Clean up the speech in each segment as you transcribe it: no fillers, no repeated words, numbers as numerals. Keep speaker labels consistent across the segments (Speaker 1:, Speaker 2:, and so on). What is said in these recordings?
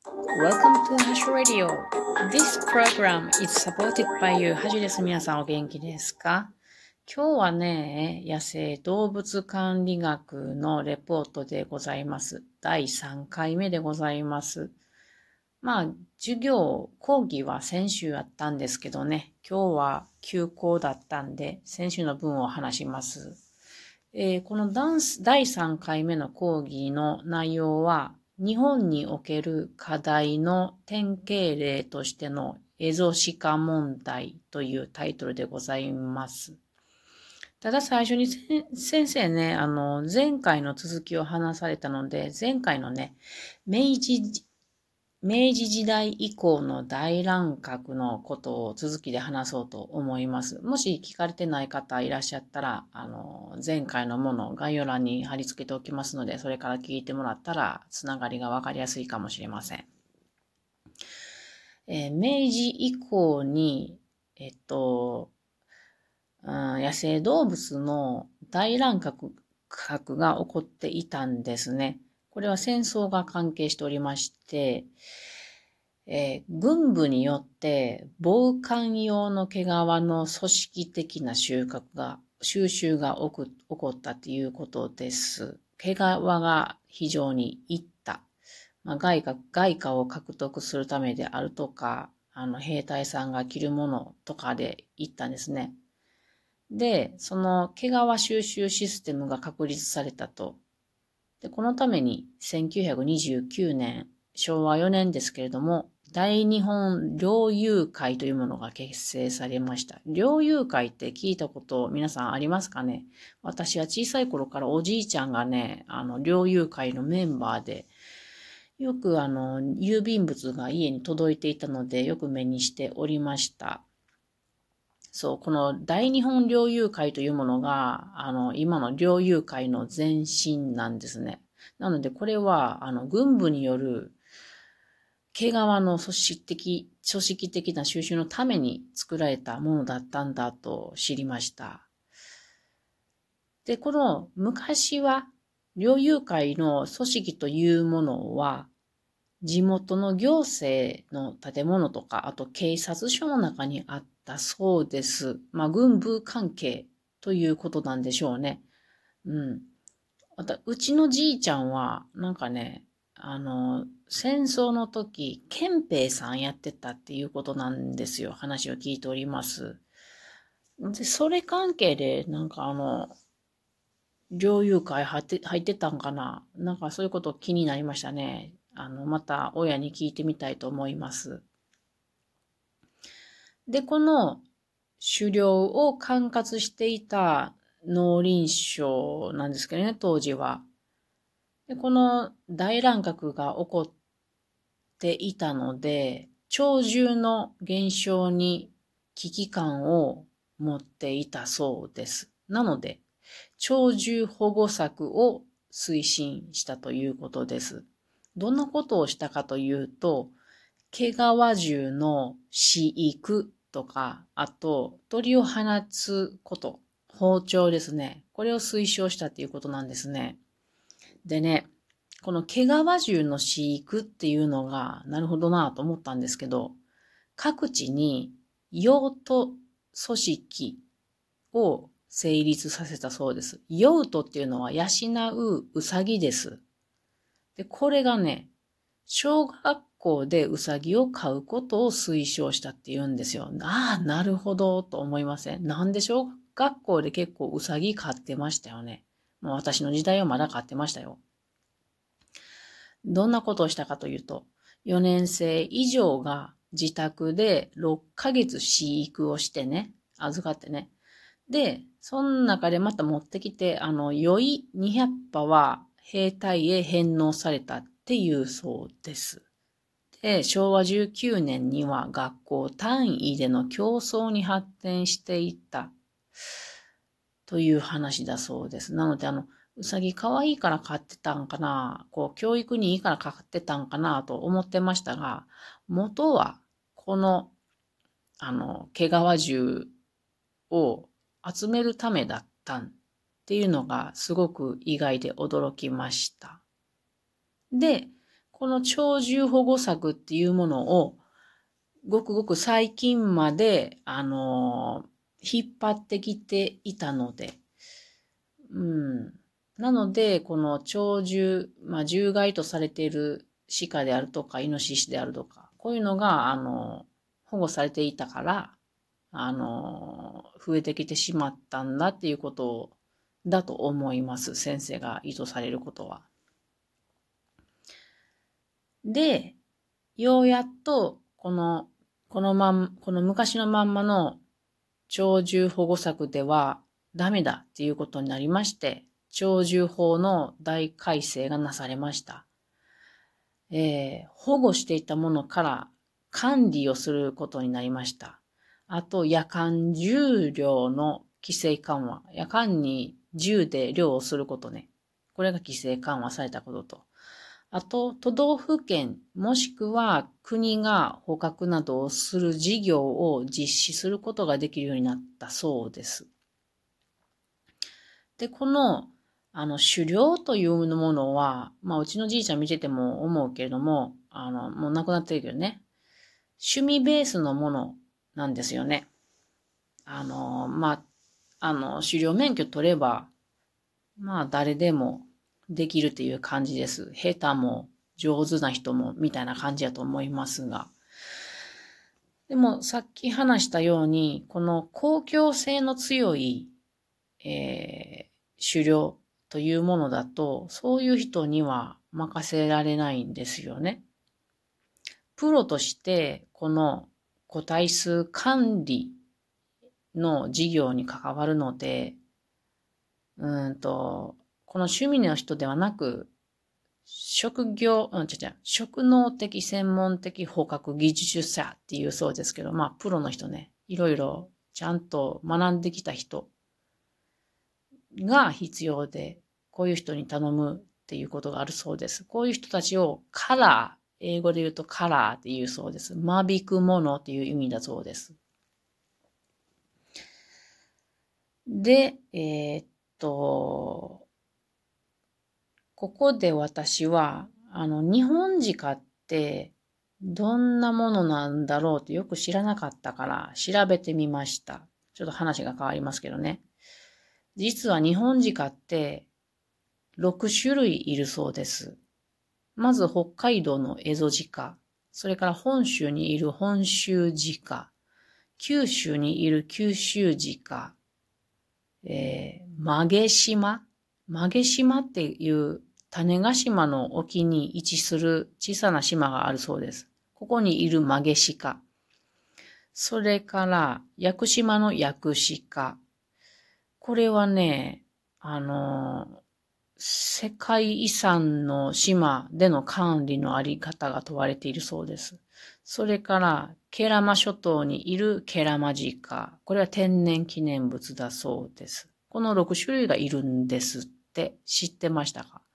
Speaker 1: Welcome to Hash Radio. This program is supported by you. ハジです。皆さんお元気ですか？今日はね、野生動物管理学のレポートでございます。第3回目でございます。講義は先週あったんですけどね、今日は休講だったんで、先週の分を話します。この第3回目の講義の内容は、日本における課題の典型例としてのエゾシカ問題というタイトルでございます。ただ最初に先生ね、前回の続きを話されたので、前回のね、明治時代以降の大乱獲のことを続きで話そうと思います。もし聞かれてない方いらっしゃったら、前回のものを概要欄に貼り付けておきますので、それから聞いてもらったら、つながりがわかりやすいかもしれません。明治以降に、野生動物の大乱獲が起こっていたんですね。これは戦争が関係しておりまして、軍部によって防寒用の毛皮の組織的な収集が起こったということです。毛皮が非常にいった。外貨を獲得するためであるとか、兵隊さんが着るものとかでいったんですね。で、その毛皮収集システムが確立されたと。で、このために1929年、昭和4年ですけれども、大日本猟友会というものが結成されました。猟友会って聞いたこと皆さんありますかね？私は小さい頃からおじいちゃんがね、猟友会のメンバーで、よく郵便物が家に届いていたので、よく目にしておりました。そう、この大日本猟友会というものが、今の猟友会の前身なんですね。なので、これは、軍部による毛皮の組織的な収集のために作られたものだったんだと知りました。で、この昔は、猟友会の組織というものは、地元の行政の建物とか、あと警察署の中にあったそうです。軍部関係ということなんでしょうね。うちのじいちゃんは、なんかね、戦争の時、憲兵さんやってたっていうことなんですよ。話を聞いております。で、それ関係で、なんか猟友会入ってたんかな？なんかそういうこと気になりましたね。また親に聞いてみたいと思います。で、この狩猟を管轄していた農林省なんですけどね、当時は。で、この大乱獲が起こっていたので、鳥獣の減少に危機感を持っていたそうです。なので、鳥獣保護策を推進したということです。どんなことをしたかというと、毛皮獣の飼育とか、あと鳥を放つこと、放鳥ですね。これを推奨したということなんですね。でね、この毛皮獣の飼育っていうのが、なるほどなと思ったんですけど、各地に用途組織を成立させたそうです。用途っていうのは養ううさぎです。で、これがね、小学校でうさぎを飼うことを推奨したって言うんですよ。ああ、なるほど、と思いません？なんで小学校で結構うさぎ飼ってましたよね。もう私の時代はまだ飼ってましたよ。どんなことをしたかというと、4年生以上が自宅で6ヶ月飼育をしてね、預かってね。で、その中でまた持ってきて、良い200羽は兵隊へ返納されたっていうそうです。で、昭和19年には学校単位での競争に発展していったという話だそうです。なので、うさぎ可愛いから飼ってたんかな、教育にいいから飼ってたんかなと思ってましたが、元は、この、毛皮獣を集めるためだったっていうのがすごく意外で驚きました。で、 この鳥獣保護策っていうものを、ごくごく最近まで、引っ張ってきていたので、なので、この鳥獣、獣害とされている鹿であるとか、イノシシであるとか、こういうのが、保護されていたから、増えてきてしまったんだっていうことだと思います。先生が意図されることは。で、ようやっと、この昔のまんまの鳥獣保護策ではダメだっていうことになりまして、鳥獣法の大改正がなされました。保護していたものから管理をすることになりました。あと、夜間銃猟の規制緩和。夜間に銃で猟をすることね。これが規制緩和されたことと。あと、都道府県もしくは国が捕獲などをする事業を実施することができるようになったそうです。で、この、狩猟というものは、うちのじいちゃん見てても思うけれども、もう亡くなってるけどね、趣味ベースのものなんですよね。狩猟免許取れば、誰でもできるっていう感じです。下手も上手な人もみたいな感じだと思いますが。でもさっき話したように、この公共性の強い、狩猟というものだと、そういう人には任せられないんですよね。プロとして、この個体数管理の事業に関わるので、この趣味の人ではなく、職能的専門的捕獲技術者っていうそうですけど、プロの人ね、いろいろちゃんと学んできた人が必要で、こういう人に頼むっていうことがあるそうです。こういう人たちをカラー、英語で言うとカラーっていうそうです。間引くものっていう意味だそうです。で、ここで私は、日本鹿ってどんなものなんだろうってよく知らなかったから調べてみました。ちょっと話が変わりますけどね。実は日本鹿って6種類いるそうです。まず北海道のエゾジカ、それから本州にいる本州ジカ、九州にいる九州ジカ、曲げ島っていう種子島の沖に位置する小さな島があるそうです。ここにいる曲げ鹿。それから、屋久島の屋久鹿。これはね、世界遺産の島での管理のあり方が問われているそうです。それから、ケラマ諸島にいるケラマジカ。これは天然記念物だそうです。この6種類がいるんですって知ってましたか？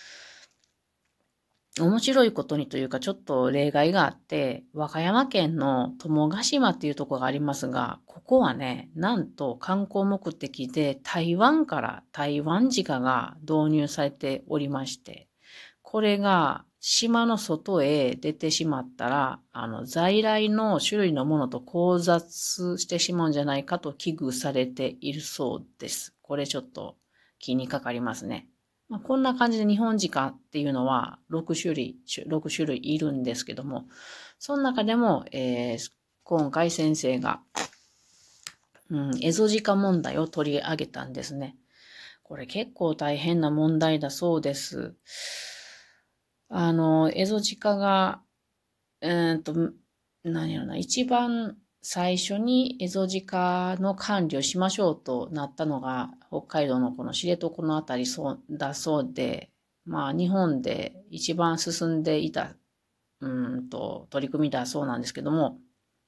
Speaker 1: 面白いことにというかちょっと例外があって、和歌山県の友ヶ島っていうところがありますが、ここはね、なんと観光目的で台湾から台湾鹿が導入されておりまして、これが島の外へ出てしまったら、在来の種類のものと交雑してしまうんじゃないかと危惧されているそうです。これちょっと気にかかりますね。こんな感じで日本鹿っていうのは6種類いるんですけども、その中でも、今回先生が、エゾジカ問題を取り上げたんですね。これ結構大変な問題だそうです。エゾジカが、一番最初にエゾジカの管理をしましょうとなったのが、北海道のこの知床のあたりだそうで、日本で一番進んでいた、取り組みだそうなんですけども、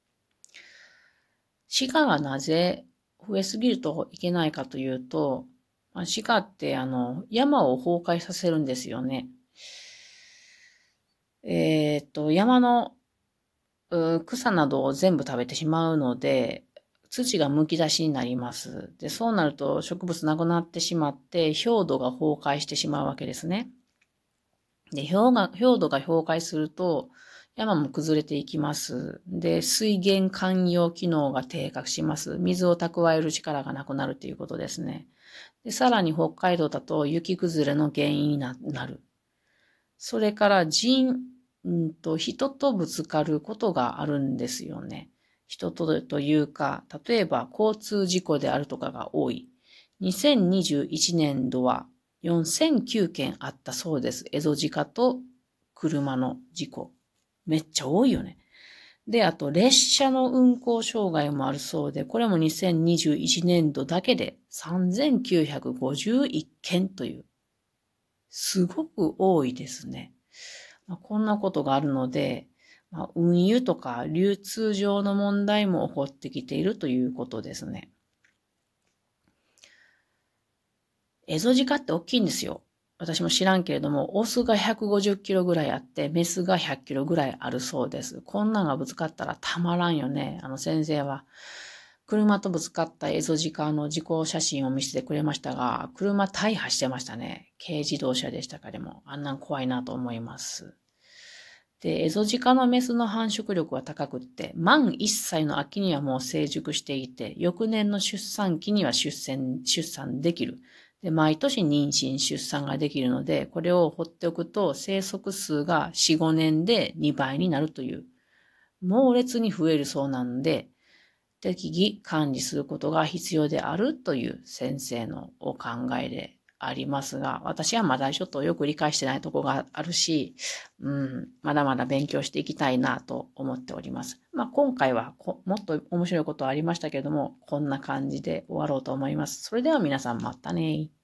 Speaker 1: 鹿がなぜ増えすぎるといけないかというと、鹿って山を崩壊させるんですよね。山の草などを全部食べてしまうので、土がむき出しになります。で、そうなると植物なくなってしまって、表土が崩壊してしまうわけですね。 で、氷土が氷解すると、山も崩れていきます。で、水源環用機能が低下します。水を蓄える力がなくなるということですね。で、さらに北海道だと雪崩れの原因になる。それから人とぶつかることがあるんですよね。人というか、例えば交通事故であるとかが多い。2021年度は4009件あったそうです。エゾジカと車の事故。めっちゃ多いよね。で、あと列車の運行障害もあるそうで、これも2021年度だけで3951件という、すごく多いですね。こんなことがあるので、運輸とか流通上の問題も起こってきているということですね。エゾジカって大きいんですよ。私も知らんけれども、オスが150キロぐらいあって、メスが100キロぐらいあるそうです。こんなんがぶつかったらたまらんよね。先生は、車とぶつかったエゾジカの事故写真を見せてくれましたが、車大破してましたね。軽自動車でしたか。でも、あんなん怖いなと思います。で、エゾジカのメスの繁殖力は高くって、満1歳の秋にはもう成熟していて、翌年の出産期には出産できる。で、毎年妊娠、出産ができるので、これを放っておくと生息数が4、5年で2倍になるという、猛烈に増えるそうなので、適宜管理することが必要であるという先生のお考えでありますが、私はまだちょっとよく理解してないところがあるし、まだまだ勉強していきたいなと思っております。今回はもっと面白いことはありましたけれども、こんな感じで終わろうと思います。それでは皆さんまたね。